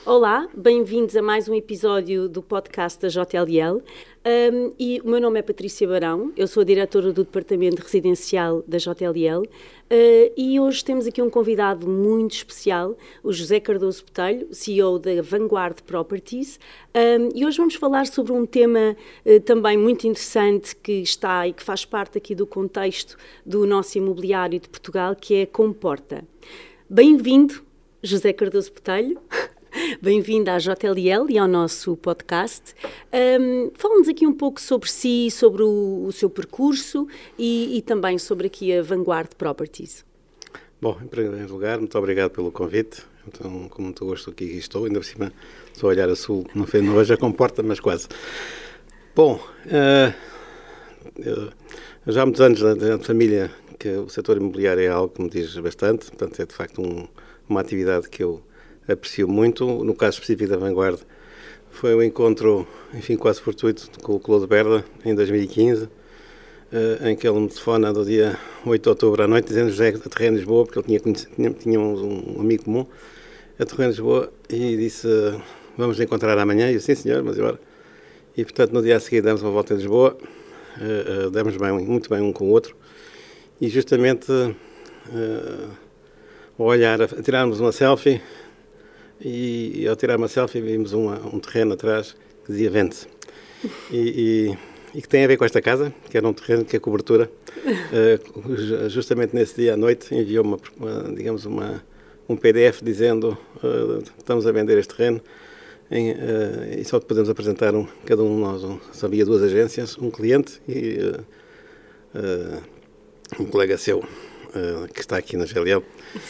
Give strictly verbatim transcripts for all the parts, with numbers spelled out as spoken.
Olá, bem-vindos a mais um episódio do podcast da J L L. Um, e o meu nome é Patrícia Barão, eu sou a diretora do Departamento Residencial da J L L uh, e hoje temos aqui um convidado muito especial, o José Cardoso Botelho, C E O da Vanguard Properties, um, e hoje vamos falar sobre um tema uh, também muito interessante que está e que faz parte aqui do contexto do nosso imobiliário de Portugal, que é a Comporta. Bem-vindo, José Cardoso Botelho. Bem-vindo à J L L e ao nosso podcast. Um, Fala-nos aqui um pouco sobre si, sobre o, o seu percurso e, e também sobre aqui a Vanguard Properties. Bom, em primeiro lugar, muito obrigado pelo convite. Então, com muito gosto aqui estou, ainda por cima estou a olhar a sul, não foi não hoje a Comporta, mas quase. Bom, uh, eu, já há muitos anos na família que o setor imobiliário é algo que me diz bastante, portanto é de facto um, uma atividade que eu aprecio muito. No caso específico da Vanguard, foi um encontro, enfim, quase fortuito com o Claude Berda, em dois mil e quinze, uh, em que ele me telefona no dia oito de outubro à noite, dizendo: José, aterrei em Lisboa, porque ele tinha, tinha, tinha um, um amigo comum, aterrei em Lisboa e disse: vamos nos encontrar amanhã. E eu: sim senhor, mas agora? E portanto no dia a seguir demos uma volta em Lisboa, uh, uh, demos bem, muito bem um com o outro, e justamente uh, ao olhar, a, a tirarmos uma selfie, E, e ao tirar uma selfie vimos uma, um terreno atrás que dizia vende-se e, e, e que tem a ver com esta casa, que era um terreno que a cobertura uh, justamente nesse dia à noite enviou uma, uma, digamos uma, um P D F dizendo uh, estamos a vender este terreno em, uh, e só podemos apresentar um, cada um de nós, um, só havia duas agências, um cliente e uh, uh, um colega seu uh, que está aqui na J L L.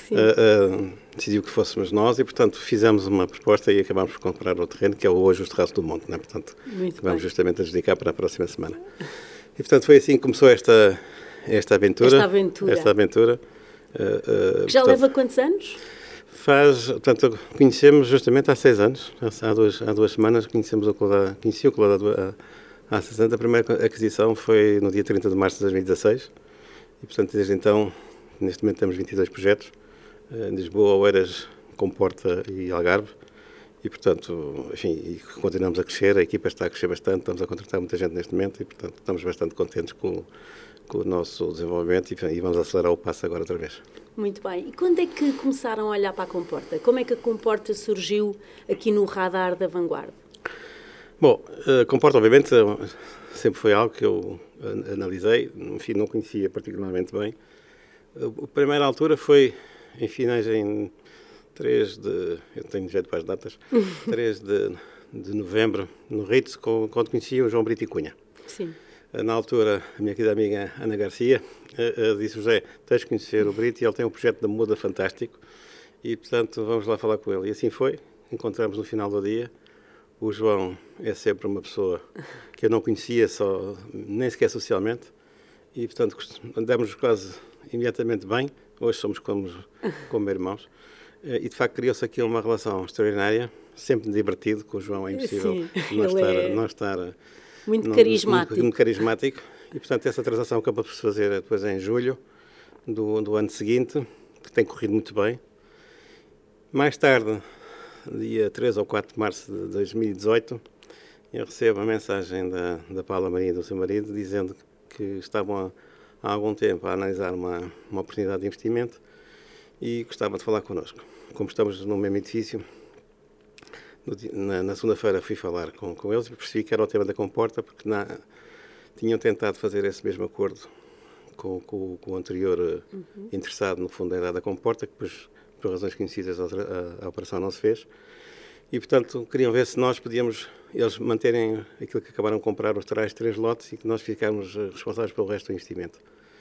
Uh, uh, decidiu que fôssemos nós e, portanto, fizemos uma proposta e acabámos por comprar o terreno, que é hoje o Terraço do Monte, né? Portanto, Muito vamos bem. justamente adjudicar para a próxima semana. E, portanto, foi assim que começou esta, esta aventura. Esta aventura. Esta aventura. Uh, uh, que já portanto, leva quantos anos? Faz, portanto, conhecemos justamente há seis anos, há duas, há duas semanas conhecemos o Clodá, conheci o Clodá há, há seis anos. A primeira aquisição foi no dia trinta de março de dois mil e dezasseis e, portanto, desde então, neste momento temos vinte e dois projetos, em Lisboa, Oeiras, Comporta e Algarve, e portanto, enfim, e continuamos a crescer, a equipa está a crescer bastante, estamos a contratar muita gente neste momento e portanto estamos bastante contentes com, com o nosso desenvolvimento e, e vamos acelerar o passo agora outra vez. Muito bem. E quando é que começaram a olhar para a Comporta? Como é que a Comporta surgiu aqui no radar da Vanguard? Bom, a Comporta obviamente sempre foi algo que eu analisei, enfim, não conhecia particularmente bem. A primeira altura foi em finais em três de... eu tenho jeito para as datas. três de, de novembro, no Ritz, quando conhecia o João Brito e Cunha. Sim. Na altura, a minha querida amiga Ana Garcia uh, uh, disse: José, tens de conhecer o Brito e ele tem um projeto da muda fantástico e, portanto, vamos lá falar com ele. E assim foi. Encontramos no final do dia. O João é sempre uma pessoa que eu não conhecia, só, nem sequer socialmente, e, portanto, andamos quase imediatamente bem. Hoje somos como, como irmãos. E, de facto, criou-se aqui uma relação extraordinária, sempre divertido. Com o João é impossível Sim, não, estar, é não estar... Muito não, carismático. Muito, muito carismático. E, portanto, essa transação acabou por se fazer depois em julho do, do ano seguinte, que tem corrido muito bem. Mais tarde, dia três ou quatro de março de dois mil e dezoito, eu recebo a mensagem da, da Paula Maria e do seu marido, dizendo que estavam a há algum tempo a analisar uma, uma oportunidade de investimento e gostava de falar connosco. Como estamos no mesmo edifício, no, na, na segunda-feira fui falar com, com eles e percebi que era o tema da Comporta, porque na, tinham tentado fazer esse mesmo acordo com, com, com o anterior uhum. interessado, no fundo era da Comporta, que depois, por razões conhecidas, a, a, a operação não se fez. E, portanto, queriam ver se nós podíamos, eles manterem aquilo que acabaram de comprar, os tais três lotes, e que nós ficáramos responsáveis pelo resto do investimento.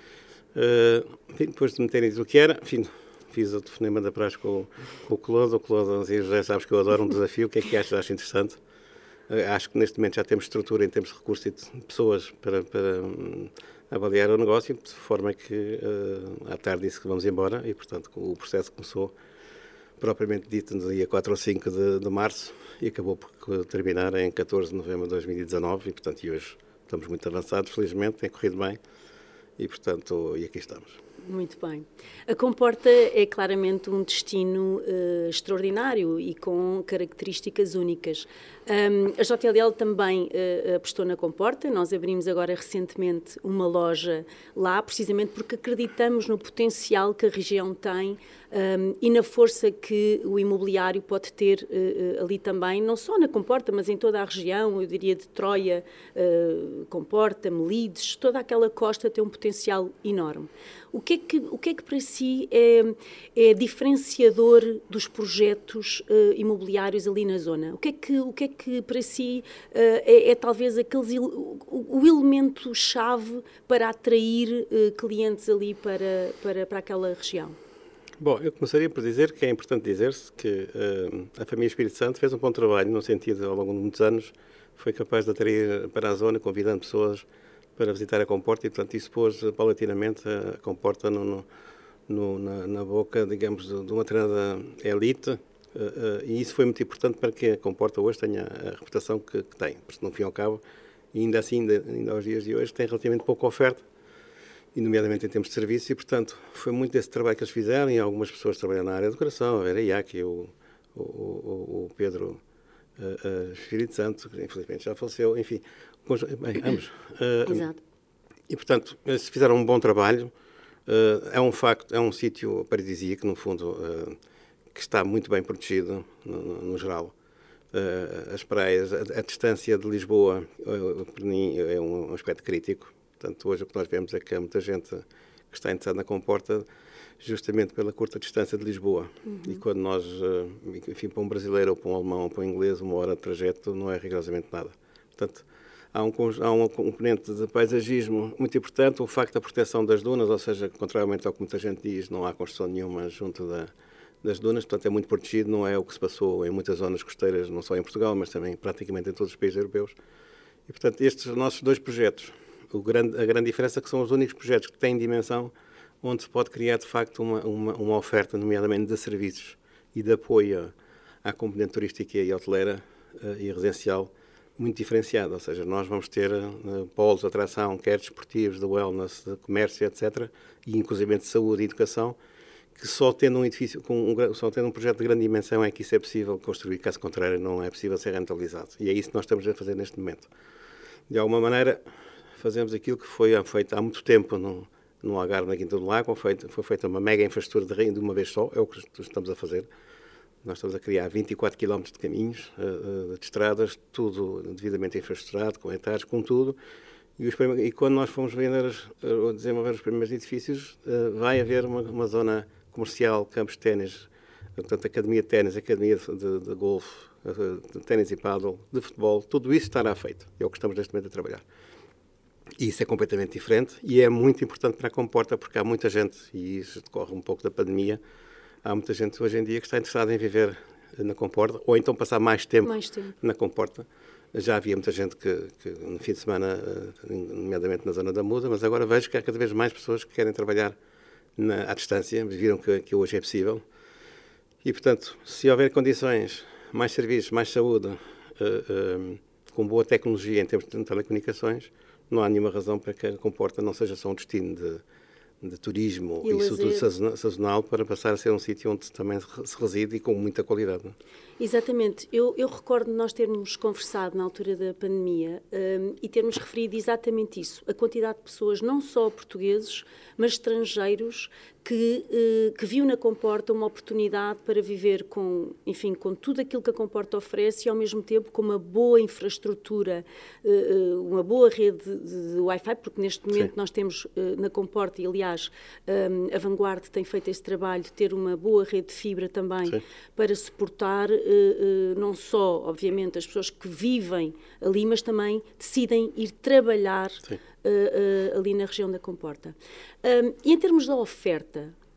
Uh, enfim, depois de me terem dito o que era, enfim, fiz o telefonema da praxe com, com o Claude. O Claude dizia: José, sabes que eu adoro um desafio, o que é que achas? Acho interessante. Uh, acho que neste momento já temos estrutura em termos de recursos e de pessoas para, para um, avaliar o negócio, de forma que uh, à tarde disse que vamos embora e, portanto, o processo começou propriamente dito no dia quatro ou cinco de, de março e acabou por terminar em catorze de novembro de dois mil e dezanove e, portanto, e hoje estamos muito avançados, felizmente, tem corrido bem e, portanto, e aqui estamos. Muito bem. A Comporta é claramente um destino uh, extraordinário e com características únicas. Um, a J L L também uh, apostou na Comporta. Nós abrimos agora recentemente uma loja lá, precisamente porque acreditamos no potencial que a região tem um, e na força que o imobiliário pode ter uh, ali também, não só na Comporta, mas em toda a região, eu diria de Troia, uh, Comporta, Melides, toda aquela costa tem um potencial enorme. O que é que, o que, é que para si é, é diferenciador dos projetos uh, imobiliários ali na zona? O que é que, o que, é que para si uh, é, é talvez aqueles, o, o elemento-chave para atrair uh, clientes ali para, para, para aquela região? Bom, eu começaria por dizer que é importante dizer-se que uh, a família Espírito Santo fez um bom trabalho, no sentido, ao longo de muitos anos, foi capaz de atrair para a zona, convidando pessoas para visitar a Comporta e, portanto, isso pôs paulatinamente a Comporta no, no, no, na, na boca, digamos, de, de uma determinada elite, uh, uh, e isso foi muito importante para que a Comporta hoje tenha a reputação que, que tem, porque, no fim e ao cabo, e ainda assim, ainda, ainda aos dias de hoje, tem relativamente pouca oferta, e nomeadamente em termos de serviços, e, portanto, foi muito desse trabalho que eles fizeram, e algumas pessoas trabalham na área da decoração, a Vera Iaki, o, o, o, o Pedro uh, uh, Espírito Santo, que infelizmente já faleceu, enfim, bem, ambos. Uh, Exato. E, portanto, eles fizeram um bom trabalho. Uh, é um facto, é um sítio paradisíaco, no fundo, uh, que está muito bem protegido, no, no, no geral. Uh, as praias, a, a distância de Lisboa, uh, para mim, é um, um aspecto crítico. Portanto, hoje o que nós vemos é que há muita gente que está interessada na Comporta justamente pela curta distância de Lisboa. Uhum. E quando nós, uh, enfim, para um brasileiro ou para um alemão ou para um inglês, uma hora de trajeto não é rigorosamente nada. Portanto, há um, há um componente de paisagismo muito importante, o facto da proteção das dunas, ou seja, contrariamente ao que muita gente diz, não há construção nenhuma junto da, das dunas, portanto é muito protegido, não é o que se passou em muitas zonas costeiras, não só em Portugal, mas também praticamente em todos os países europeus. E, portanto, estes nossos dois projetos, o grande, a grande diferença é que são os únicos projetos que têm dimensão onde se pode criar, de facto, uma, uma, uma oferta, nomeadamente de serviços e de apoio à componente turística e hoteleira uh, e residencial, muito diferenciado, ou seja, nós vamos ter uh, polos de atração, quer desportivos, de wellness, de comércio, etcétera, e inclusive de saúde e educação, que só tendo um edifício, com um, só tendo um projeto de grande dimensão é que isso é possível construir, caso contrário não é possível ser rentabilizado. E é isso que nós estamos a fazer neste momento. De alguma maneira, fazemos aquilo que foi feito há muito tempo no, no Algarve, na Quinta do Lago, foi, foi feita uma mega infraestrutura de, de uma vez só, é o que estamos a fazer. Nós estamos a criar vinte e quatro quilómetros de caminhos, de estradas, tudo devidamente infraestruturado, com hectares, com tudo. E, os, e quando nós fomos vender, ou desenvolver os primeiros edifícios, vai haver uma, uma zona comercial, campos de ténis, portanto, academia de ténis, academia de, de, de golfe, de ténis e paddle, de futebol, tudo isso estará feito. É o que estamos neste momento a trabalhar. E isso é completamente diferente e é muito importante para a Comporta, porque há muita gente, e isso decorre um pouco da pandemia, há muita gente hoje em dia que está interessada em viver na Comporta, ou então passar mais tempo, mais tempo. na Comporta. Já havia muita gente que, que no fim de semana, nomeadamente na zona da Muda, mas agora vejo que há cada vez mais pessoas que querem trabalhar na, à distância, viram que, que hoje é possível. E, portanto, se houver condições, mais serviços, mais saúde, uh, uh, com boa tecnologia em termos de telecomunicações, não há nenhuma razão para que a Comporta não seja só um destino de, de turismo e, e tudo sazonal para passar a ser um sítio onde também se reside e com muita qualidade. Não? Exatamente. Eu, eu recordo nós termos conversado na altura da pandemia um, e termos referido exatamente isso, a quantidade de pessoas, não só portugueses, mas estrangeiros, que, uh, que viu na Comporta uma oportunidade para viver com, enfim, com tudo aquilo que a Comporta oferece e, ao mesmo tempo, com uma boa infraestrutura, uh, uma boa rede de, de Wi-Fi, porque neste momento Sim. nós temos uh, na Comporta, e aliás, um, a Vanguard tem feito esse trabalho, de ter uma boa rede de fibra também Sim. para suportar uh, uh, não só, obviamente, as pessoas que vivem ali, mas também decidem ir trabalhar Uh, uh, ali na região da Comporta. Um, e em termos da oferta,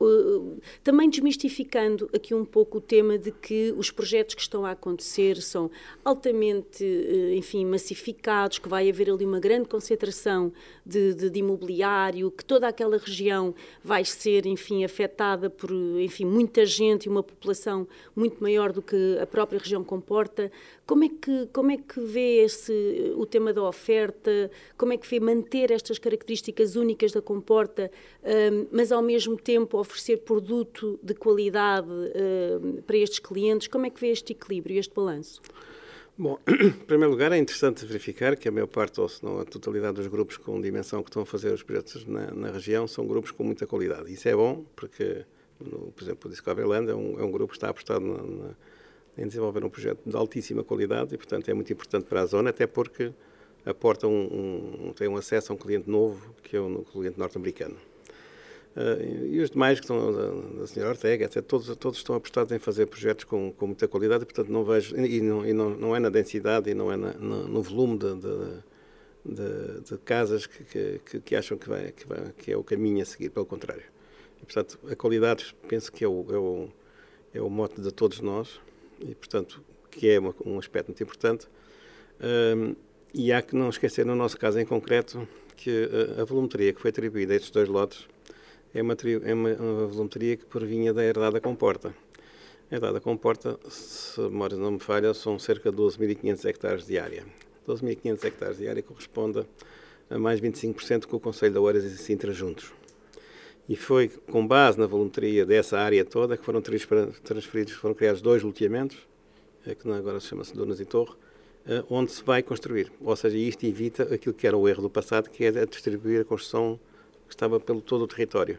Uh, também desmistificando aqui um pouco o tema de que os projetos que estão a acontecer são altamente, uh, enfim, massificados, que vai haver ali uma grande concentração de, de, de imobiliário, que toda aquela região vai ser, enfim, afetada por, enfim, muita gente e uma população muito maior do que a própria região comporta. Como é que, como é que vê esse, o tema da oferta? Como é que vê manter estas características únicas da Comporta, uh, mas ao mesmo tempo oferecer produto de qualidade uh, para estes clientes? Como é que vê este equilíbrio, este balanço? Bom, em primeiro lugar, é interessante verificar que a maior parte, ou se não a totalidade dos grupos com dimensão que estão a fazer os projetos na, na região são grupos com muita qualidade. Isso é bom, porque, no, por exemplo, o Discoveryland é um, é um grupo que está apostado na, na, em desenvolver um projeto de altíssima qualidade e, portanto, é muito importante para a zona, até porque aporta um, um, tem um acesso a um cliente novo, que é o cliente norte-americano. Uh, e os demais, que são da, da senhora Ortega, etcétera, todos, todos estão apostados em fazer projetos com, com muita qualidade, e, portanto, não vejo, e, não, e não, não é na densidade e não é na, no, no volume de, de, de, de casas que, que, que acham que, vai, que, vai, que é o caminho a seguir, pelo contrário. E, portanto, a qualidade, penso que é o, é o, é o mote de todos nós, e, portanto, que é uma, um aspecto muito importante. Um, e há que não esquecer, no nosso caso em concreto, que a, a volumetria que foi atribuída a estes dois lotes é uma, é uma, uma volumetria que provinha da herdade da Comporta. A herdade da Comporta, se a memória não me falha, são cerca de doze mil e quinhentos hectares de área. doze mil e quinhentos hectares de área corresponde a mais vinte e cinco por cento que o Conselho de Oeiras e Sintra juntos. E foi com base na volumetria dessa área toda que foram transferidos, foram criados dois loteamentos, que agora chama-se Dunas e Torre, onde se vai construir. Ou seja, isto evita aquilo que era o erro do passado, que é distribuir a construção que estava pelo todo o território.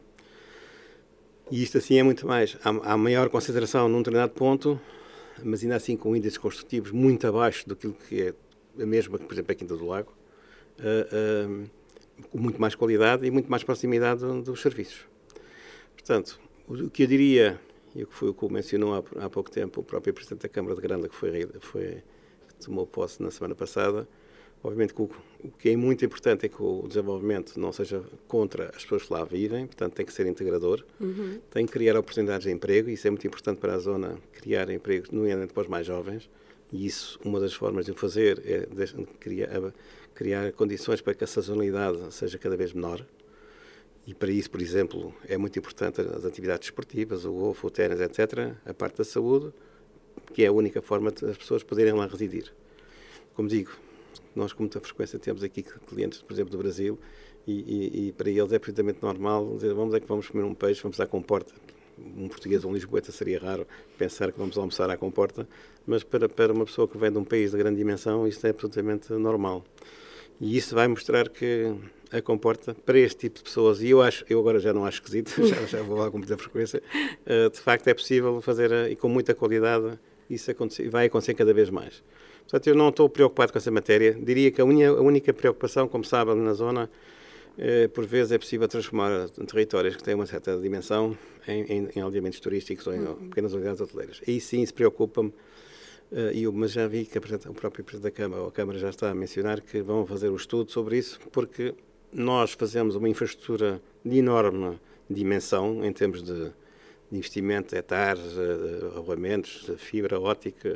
E isto assim é muito mais. Há, há maior concentração num determinado ponto, mas ainda assim com índices construtivos muito abaixo do que é a mesma que, por exemplo, a Quinta do Lago, uh, uh, com muito mais qualidade e muito mais proximidade dos serviços. Portanto, o que eu diria, e o que foi o que mencionou há, há pouco tempo o próprio Presidente da Câmara de Granda, que foi, foi, que tomou posse na semana passada, obviamente que o, o que é muito importante é que o desenvolvimento não seja contra as pessoas que lá vivem, portanto tem que ser integrador, uhum. Tem que criar oportunidades de emprego, isso é muito importante para a zona, criar empregos, nomeadamente para os mais jovens, e isso, uma das formas de o fazer é de, criar, criar condições para que a sazonalidade seja cada vez menor, e para isso, por exemplo, é muito importante as atividades esportivas, o golfe, o ténis, etcétera, a parte da saúde, que é a única forma de as pessoas poderem lá residir. Como digo, nós com muita frequência temos aqui clientes, por exemplo, do Brasil, e, e, e para eles é perfeitamente normal dizer, vamos é que vamos comer um peixe, vamos à Comporta. Um português ou um lisboeta seria raro pensar que vamos almoçar à Comporta, mas para, para uma pessoa que vem de um país de grande dimensão, isto é absolutamente normal. E isso vai mostrar que a Comporta, para este tipo de pessoas, e eu acho, eu agora já não acho esquisito, já, já vou lá com muita frequência, de facto é possível fazer, e com muita qualidade, isso acontecer, vai acontecer cada vez mais. Portanto, eu não estou preocupado com essa matéria. Diria que a, unha, a única preocupação, como sabe, na zona, eh, por vezes é possível transformar territórios que têm uma certa dimensão em, em, em aldeamentos turísticos ou em uhum. pequenas unidades hoteleiras. Aí sim, isso preocupa-me. Eh, eu, mas já vi que a, o próprio Presidente da Câmara, ou a Câmara já está a mencionar que vão fazer um estudo sobre isso, porque nós fazemos uma infraestrutura de enorme dimensão em termos de, de investimento, hectares, uh, arruamentos, fibra óptica,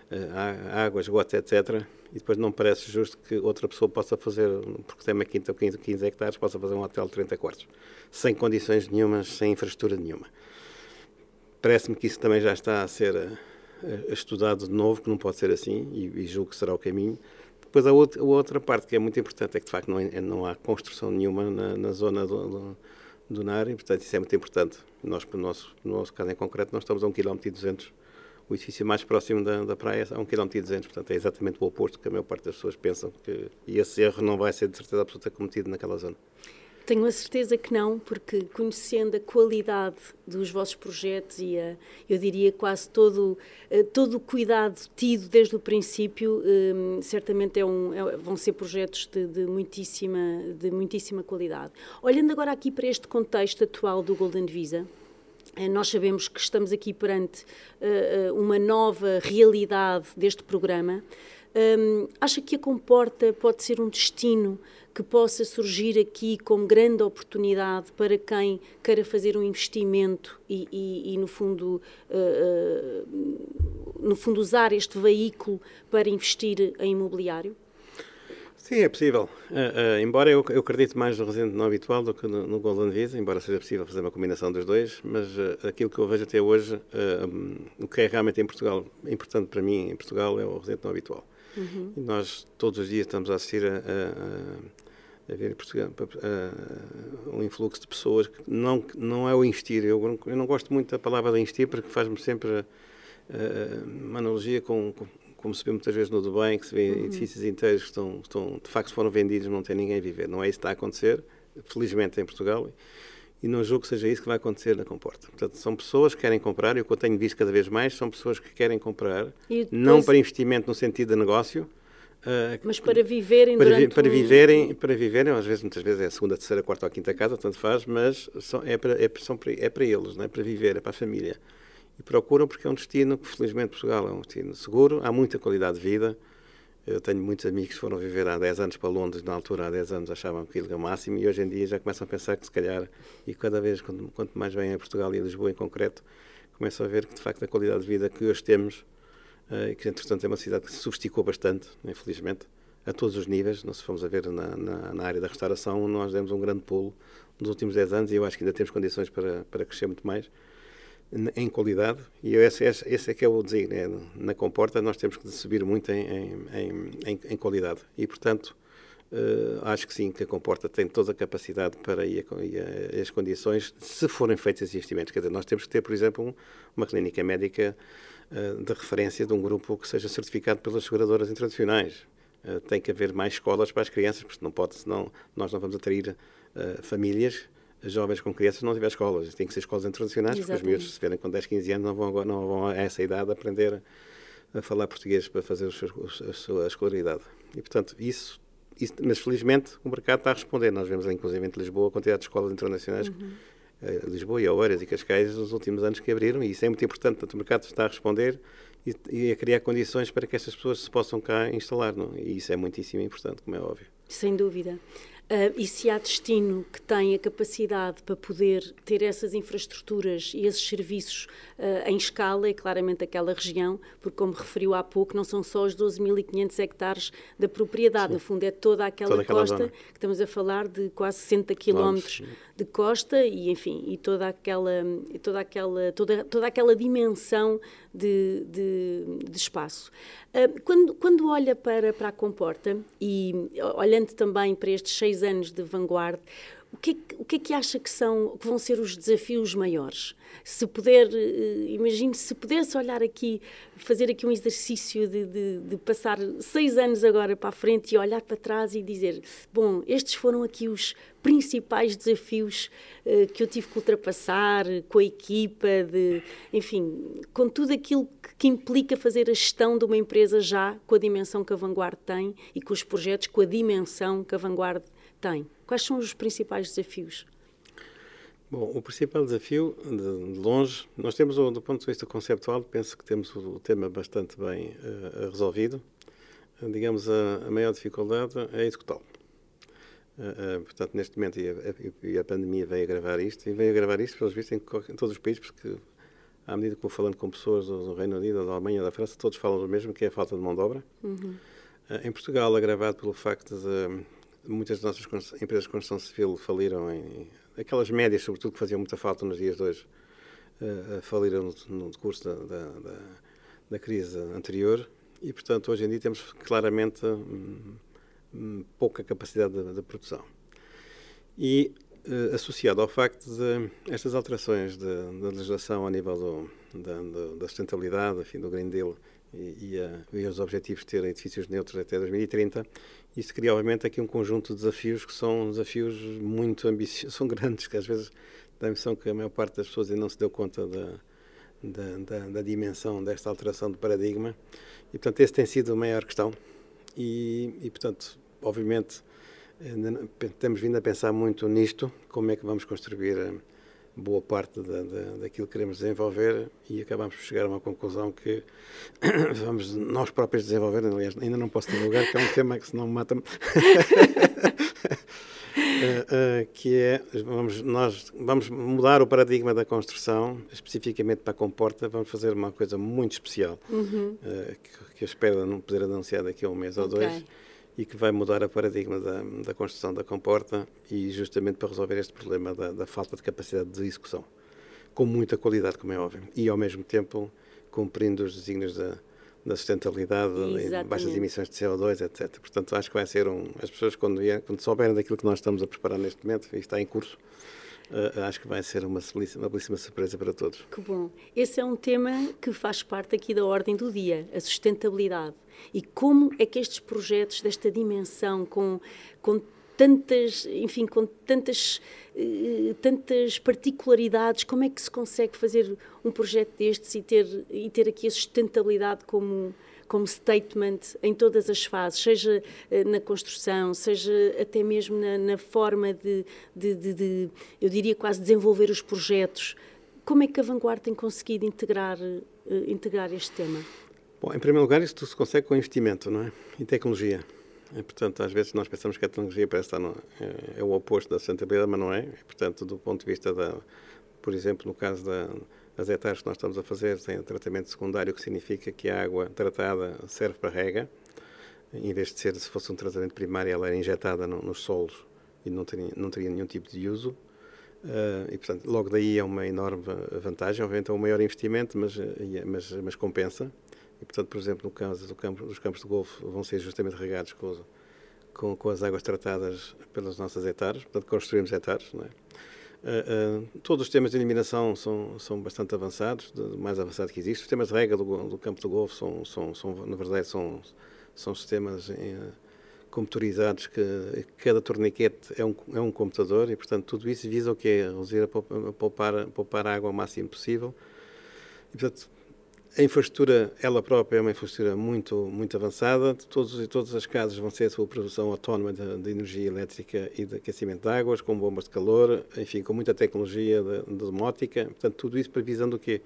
uh, água, esgoto, etcétera. E depois não parece justo que outra pessoa possa fazer, porque tem uma quinta ou quinze hectares, possa fazer um hotel de trinta quartos, sem condições nenhumas, sem infraestrutura nenhuma. Parece-me que isso também já está a ser uh, estudado de novo, que não pode ser assim, e, e julgo que será o caminho. Depois a outra, a outra parte que é muito importante é que, de facto, não, não há construção nenhuma na, na zona do, do, do N A R, e, portanto, isso é muito importante. Nós, no nosso, no nosso caso em concreto, nós estamos a um quilómetro e duzentos. O edifício mais próximo da, da praia é a um quilómetro e duzentos, portanto, é exatamente o oposto que a maior parte das pessoas pensam, que, e esse erro não vai ser, de certeza absoluta, cometido naquela zona. Tenho a certeza que não, porque conhecendo a qualidade dos vossos projetos e a, eu diria quase todo, todo o cuidado tido desde o princípio, um, certamente é um, é, vão ser projetos de, de, muitíssima, de muitíssima qualidade. Olhando agora aqui para este contexto atual do Golden Visa, nós sabemos que estamos aqui perante uh, uma nova realidade deste programa. Um, acha que a Comporta pode ser um destino que possa surgir aqui como grande oportunidade para quem queira fazer um investimento e, e, e no fundo, uh, uh, no fundo usar este veículo para investir em imobiliário? Sim, é possível. Uh, uh, embora eu, eu acredite mais no residente não habitual do que no, no Golden Visa, embora seja possível fazer uma combinação dos dois, mas uh, aquilo que eu vejo até hoje, uh, um, o que é realmente em Portugal, importante para mim em Portugal, é o residente não habitual. Uhum. E nós todos os dias estamos a assistir a, a, a ver em Portugal a, a um influxo de pessoas que não, não é o investir. Eu não, eu não gosto muito da palavra de investir porque faz-me sempre a, a, uma analogia com, com como se vê muitas vezes no Dubai, que se vê uhum. edifícios inteiros que estão, estão, de facto foram vendidos, não tem ninguém a viver. Não é isso que está a acontecer, felizmente em Portugal, e não julgo que seja isso que vai acontecer na Comporta. Portanto, são pessoas que querem comprar, e o que eu tenho visto cada vez mais são pessoas que querem comprar, depois, não para investimento no sentido de negócio, uh, mas para viverem para, durante para um... viverem, para viverem, às vezes, muitas vezes é a segunda, terceira, quarta ou quinta casa, tanto faz, mas são, é, para, é, são para, é para eles, não é para viver, é para a família. E procuram porque é um destino que, felizmente, Portugal é um destino seguro, há muita qualidade de vida. Eu tenho muitos amigos que foram viver há dez anos para Londres, na altura, há dez anos, achavam que aquilo era o máximo, e hoje em dia já começam a pensar que, se calhar, e cada vez, quanto, quanto mais vêm a Portugal e a Lisboa em concreto, começam a ver que, de facto, a qualidade de vida que hoje temos, uh, e que, entretanto, é uma cidade que se sofisticou bastante, infelizmente, a todos os níveis. Nós, se formos a ver na, na, na área da restauração, nós demos um grande pulo nos últimos dez anos, e eu acho que ainda temos condições para, para crescer muito mais em qualidade, e esse, esse, esse é que é o desígnio. É, na Comporta nós temos que subir muito em, em, em, em qualidade, e portanto uh, acho que sim, que a Comporta tem toda a capacidade para e, a, e a, as condições, se forem feitos investimentos. Quer dizer, nós temos que ter, por exemplo, um, uma clínica médica uh, de referência de um grupo que seja certificado pelas seguradoras internacionais. Uh, tem que haver mais escolas para as crianças, porque não pode, senão nós não vamos atrair uh, famílias jovens com crianças não tiver escolas. Tem que ser escolas internacionais. Exatamente. Porque os miúdos, se vierem com dez, quinze anos, não vão, não vão a essa idade aprender a falar português para fazer os seus, a sua escolaridade. E, portanto, isso, isso... Mas, felizmente, o mercado está a responder. Nós vemos, inclusive, em Lisboa, a quantidade de escolas internacionais, uhum. uh, Lisboa e Oeiras e Cascais, nos últimos anos que abriram, e isso é muito importante. Portanto, o mercado está a responder e, e a criar condições para que estas pessoas se possam cá instalar. Não? E isso é muitíssimo importante, como é óbvio. Sem dúvida. Uh, e se há destino que tem a capacidade para poder ter essas infraestruturas e esses serviços uh, em escala, é claramente aquela região, porque, como referiu há pouco, não são só os doze mil e quinhentos hectares da propriedade. Sim. No fundo, é toda aquela, toda aquela costa, zona. Que estamos a falar de quase sessenta quilómetros de costa e, enfim, e toda aquela, e toda aquela, toda, toda aquela dimensão de, de, de espaço. Uh, quando, quando olha para, para a Comporta e olhando também para estes seis anos de vanguarda, o que, é que, o que é que acha que, são, que vão ser os desafios maiores? Se puder, uh, imagine, se pudesse olhar aqui, fazer aqui um exercício de, de, de passar seis anos agora para a frente e olhar para trás e dizer, bom, estes foram aqui os principais desafios uh, que eu tive que ultrapassar com a equipa, de, enfim, com tudo aquilo que, que implica fazer a gestão de uma empresa já com a dimensão que a Vanguard tem e com os projetos com a dimensão que a Vanguard tem. Quais são os principais desafios? Bom, o principal desafio, de, de longe, nós temos, do ponto de vista conceptual, penso que temos o, o tema bastante bem uh, resolvido. Uh, digamos, a, a maior dificuldade é executá-lo. Uh, uh, portanto, neste momento, e a, e a pandemia veio agravar isto, e veio agravar isto, pelos vistos, em, em todos os países, porque à medida que vou falando com pessoas do, do Reino Unido, da Alemanha, da França, todos falam do mesmo, que é a falta de mão de obra. Uhum. Uh, em Portugal, agravado pelo facto de muitas das nossas empresas de construção civil faliram, em aquelas médias, sobretudo, que faziam muita falta nos dias de hoje, uh, faliram no, no decurso da, da, da, da crise anterior, e, portanto, hoje em dia temos claramente um, pouca capacidade de, de produção. E, uh, associado ao facto de estas alterações da legislação a nível do, da, da sustentabilidade, enfim, do Green Deal, e, e, a, e os objetivos de ter edifícios neutros até dois mil e trinta, isso cria, obviamente, aqui um conjunto de desafios que são desafios muito ambiciosos, são grandes, que às vezes dá a impressão que a maior parte das pessoas ainda não se deu conta da, da, da, da dimensão desta alteração de paradigma, e, portanto, esse tem sido a maior questão, e, e portanto, obviamente, temos vindo a pensar muito nisto, como é que vamos construir boa parte da, da, daquilo que queremos desenvolver e acabamos por chegar a uma conclusão que vamos nós próprios desenvolver. Aliás, ainda não posso divulgar, que é um tema que senão mata-me. Uh, uh, que é, vamos, nós vamos mudar o paradigma da construção, especificamente para a comporta, vamos fazer uma coisa muito especial, uhum. uh, que, que eu espero não poder anunciar daqui a um mês okay. ou dois, e que vai mudar o paradigma da, da construção da comporta, e justamente para resolver este problema da, da falta de capacidade de execução, com muita qualidade, como é óbvio, e ao mesmo tempo cumprindo os desígnios da da sustentabilidade, baixas emissões de C O dois, etcétera. Portanto, acho que vai ser um... As pessoas, quando, vier, quando souberem daquilo que nós estamos a preparar neste momento, e está em curso, uh, acho que vai ser uma, uma belíssima surpresa para todos. Que bom. Esse é um tema que faz parte aqui da ordem do dia, a sustentabilidade. E como é que estes projetos desta dimensão, com, com tantas, enfim, com tantas, uh, tantas particularidades, como é que se consegue fazer um projeto destes e ter, e ter aqui a sustentabilidade como, como statement em todas as fases, seja uh, na construção, seja até mesmo na, na forma de, de, de, de, eu diria quase, desenvolver os projetos. Como é que a Vanguard tem conseguido integrar, uh, integrar este tema? Bom, em primeiro lugar, isto se consegue com investimento, não é? E tecnologia. E, portanto, às vezes nós pensamos que a tecnologia parece estar no, é, é o oposto da sustentabilidade, mas não é. E, portanto, do ponto de vista da, por exemplo, no caso da, das hectares que nós estamos a fazer, tem tratamento secundário, que significa que a água tratada serve para rega, em vez de ser, se fosse um tratamento primário, ela era injetada no, nos solos e não teria, não teria nenhum tipo de uso. Uh, e, portanto, logo daí é uma enorme vantagem. Obviamente é um maior investimento, mas, mas, mas compensa. E, portanto, por exemplo, no caso do campo, dos campos de golfe, vão ser justamente regados com, com, com as águas tratadas pelas nossas hectares. Portanto, construímos hectares, não é? Uh, uh, todos os sistemas de eliminação são, são bastante avançados, o mais avançado que existe. Os sistemas de rega do, do campo de golfe são, são, são, na verdade, são, são sistemas uh, computadorizados que cada torniquete é um, é um computador e, portanto, tudo isso visa o quê? Reduzir a poupar, poupar a água o máximo possível. E, portanto, a infraestrutura, ela própria, é uma infraestrutura muito, muito avançada. Todos, todas as casas vão ser a sua produção autónoma de, de energia elétrica e de aquecimento de águas, com bombas de calor, enfim, com muita tecnologia de, de domótica. Portanto, tudo isso previsando o quê?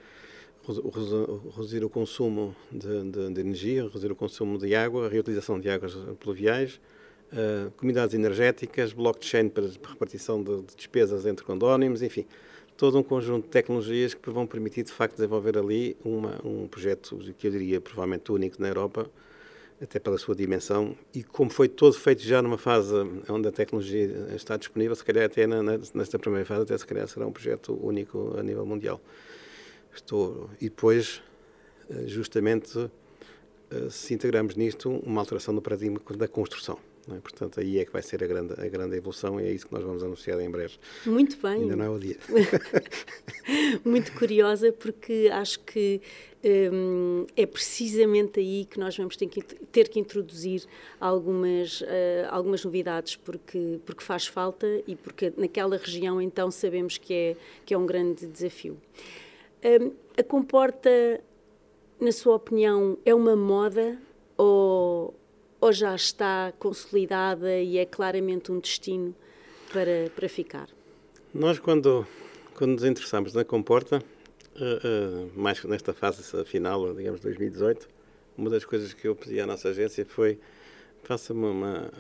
Reduzir o consumo de, de, de energia, reduzir o consumo de água, a reutilização de águas pluviais, uh, comunidades energéticas, blockchain para repartição de, de despesas entre condóminos, enfim, todo um conjunto de tecnologias que vão permitir, de facto, desenvolver ali uma, um projeto que eu diria provavelmente único na Europa, até pela sua dimensão, e como foi todo feito já numa fase onde a tecnologia está disponível, se calhar até na, nesta primeira fase, até se calhar será um projeto único a nível mundial. Estou, e depois, justamente, se integramos nisto, uma alteração no paradigma da construção. Não é? Portanto, aí é que vai ser a grande, a grande evolução e é isso que nós vamos anunciar em breve. Muito bem. Ainda não é o dia. Muito curiosa, porque acho que hum, é precisamente aí que nós vamos ter que, ter que introduzir algumas, uh, algumas novidades, porque, porque faz falta e porque naquela região, então, sabemos que é, que é um grande desafio. Um, a comporta, na sua opinião, é uma moda ou... ou já está consolidada e é claramente um destino para, para ficar? Nós, quando, quando nos interessamos na comporta, uh, uh, mais nesta fase final, digamos, dois mil e dezoito, uma das coisas que eu pedi à nossa agência foi, faça-me uma...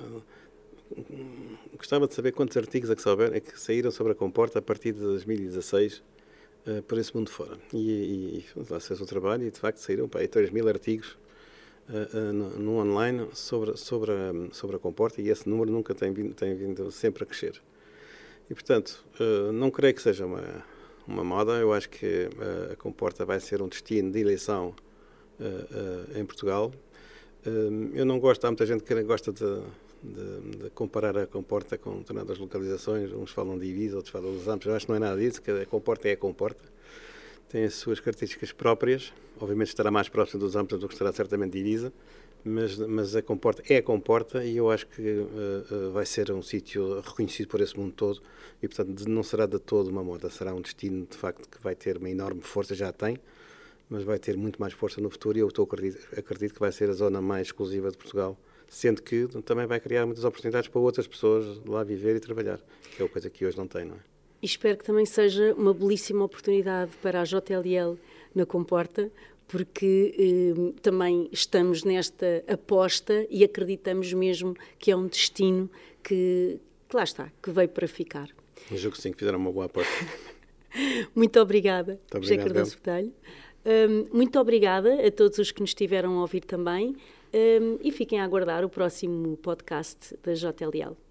Uh, gostava de saber quantos artigos é que, souber, é que saíram sobre a comporta a partir de dois mil e dezasseis uh, por esse mundo fora. E, e, e lá fez o trabalho e, de facto, saíram para aí três mil artigos Uh, uh, no, no online sobre, sobre, a, sobre a comporta e esse número nunca tem vindo, tem vindo sempre a crescer. E, portanto, uh, não creio que seja uma, uma moda. Eu acho que uh, a comporta vai ser um destino de eleição uh, uh, em Portugal. Uh, eu não gosto, há muita gente que gosta de, de, de comparar a comporta com determinadas localizações. Uns falam de Ibiza, outros falam dos Ampos. Eu acho que não é nada disso, que a comporta é a comporta. Tem as suas características próprias, obviamente estará mais próximo dos Amplos do que estará certamente de Ibiza, mas, mas a comporta é a comporta e eu acho que uh, uh, vai ser um sítio reconhecido por esse mundo todo e, portanto, não será de todo uma moda, será um destino, de facto, que vai ter uma enorme força, já tem, mas vai ter muito mais força no futuro e eu estou, acredito, acredito que vai ser a zona mais exclusiva de Portugal, sendo que também vai criar muitas oportunidades para outras pessoas lá viver e trabalhar, que é uma coisa que hoje não tem, não é? E espero que também seja uma belíssima oportunidade para a J L L na Comporta, porque eh, também estamos nesta aposta e acreditamos mesmo que é um destino que, que lá está, que veio para ficar. Eu julgo que sim, que fizeram uma boa aposta. Muito obrigada, Muito José obrigado, Cardoso Botelho. Um, muito obrigada a todos os que nos estiveram a ouvir também, um, e fiquem a aguardar o próximo podcast da J L L.